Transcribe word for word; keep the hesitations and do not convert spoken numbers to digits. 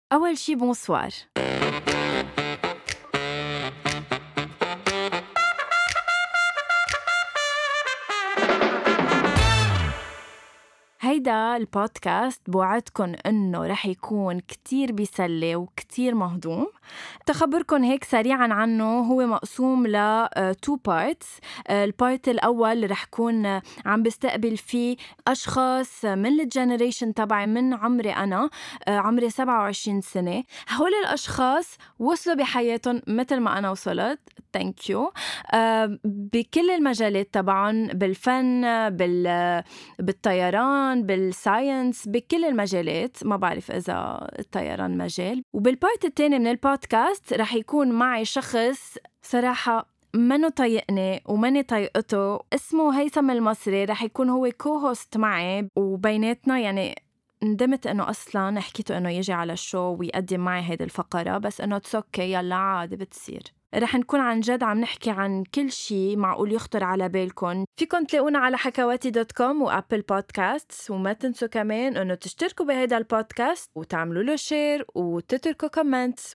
أول شي بونسوار. هيدا البودكاست بوعدكن إنه رح يكون كتير بيسلي وكتير مهضوم. تخبركن هيك سريعاً عنه، هو مقسوم ل uh, two parts. uh, البارت الأول اللي رح كون uh, عم بستقبل فيه أشخاص من الجنريشن تبعي، من عمري أنا uh, عمري سبعة وعشرين سنة. هول الأشخاص وصلوا بحياتهم مثل ما أنا وصلت، thank you. uh, بكل المجالات طبعاً، بالفن، بال, بالطيران، بالساينس، بكل المجالات. ما بعرف إذا الطيران مجال. وبالبارت التاني من البودكاست رح يكون معي شخص صراحة منو طيقني وماني طيقته، اسمه هيثم المصري. رح يكون هو كو-هوست معي وبيناتنا، يعني ندمت إنه أصلاً حكيته إنه يجي على الشو ويقدم معي هيدا الفقرة، بس إنه تسوكي يلا عادي بتصير. رح نكون عن جد عم نحكي عن كل شي معقول يخطر على بالكن. فيكن تلاقونا على حكواتي دوت كوم وأبل بودكاست، وما تنسوا كمان إنه تشتركوا بهيدا البودكاست وتعملوا له شير وتتركوا كومنت.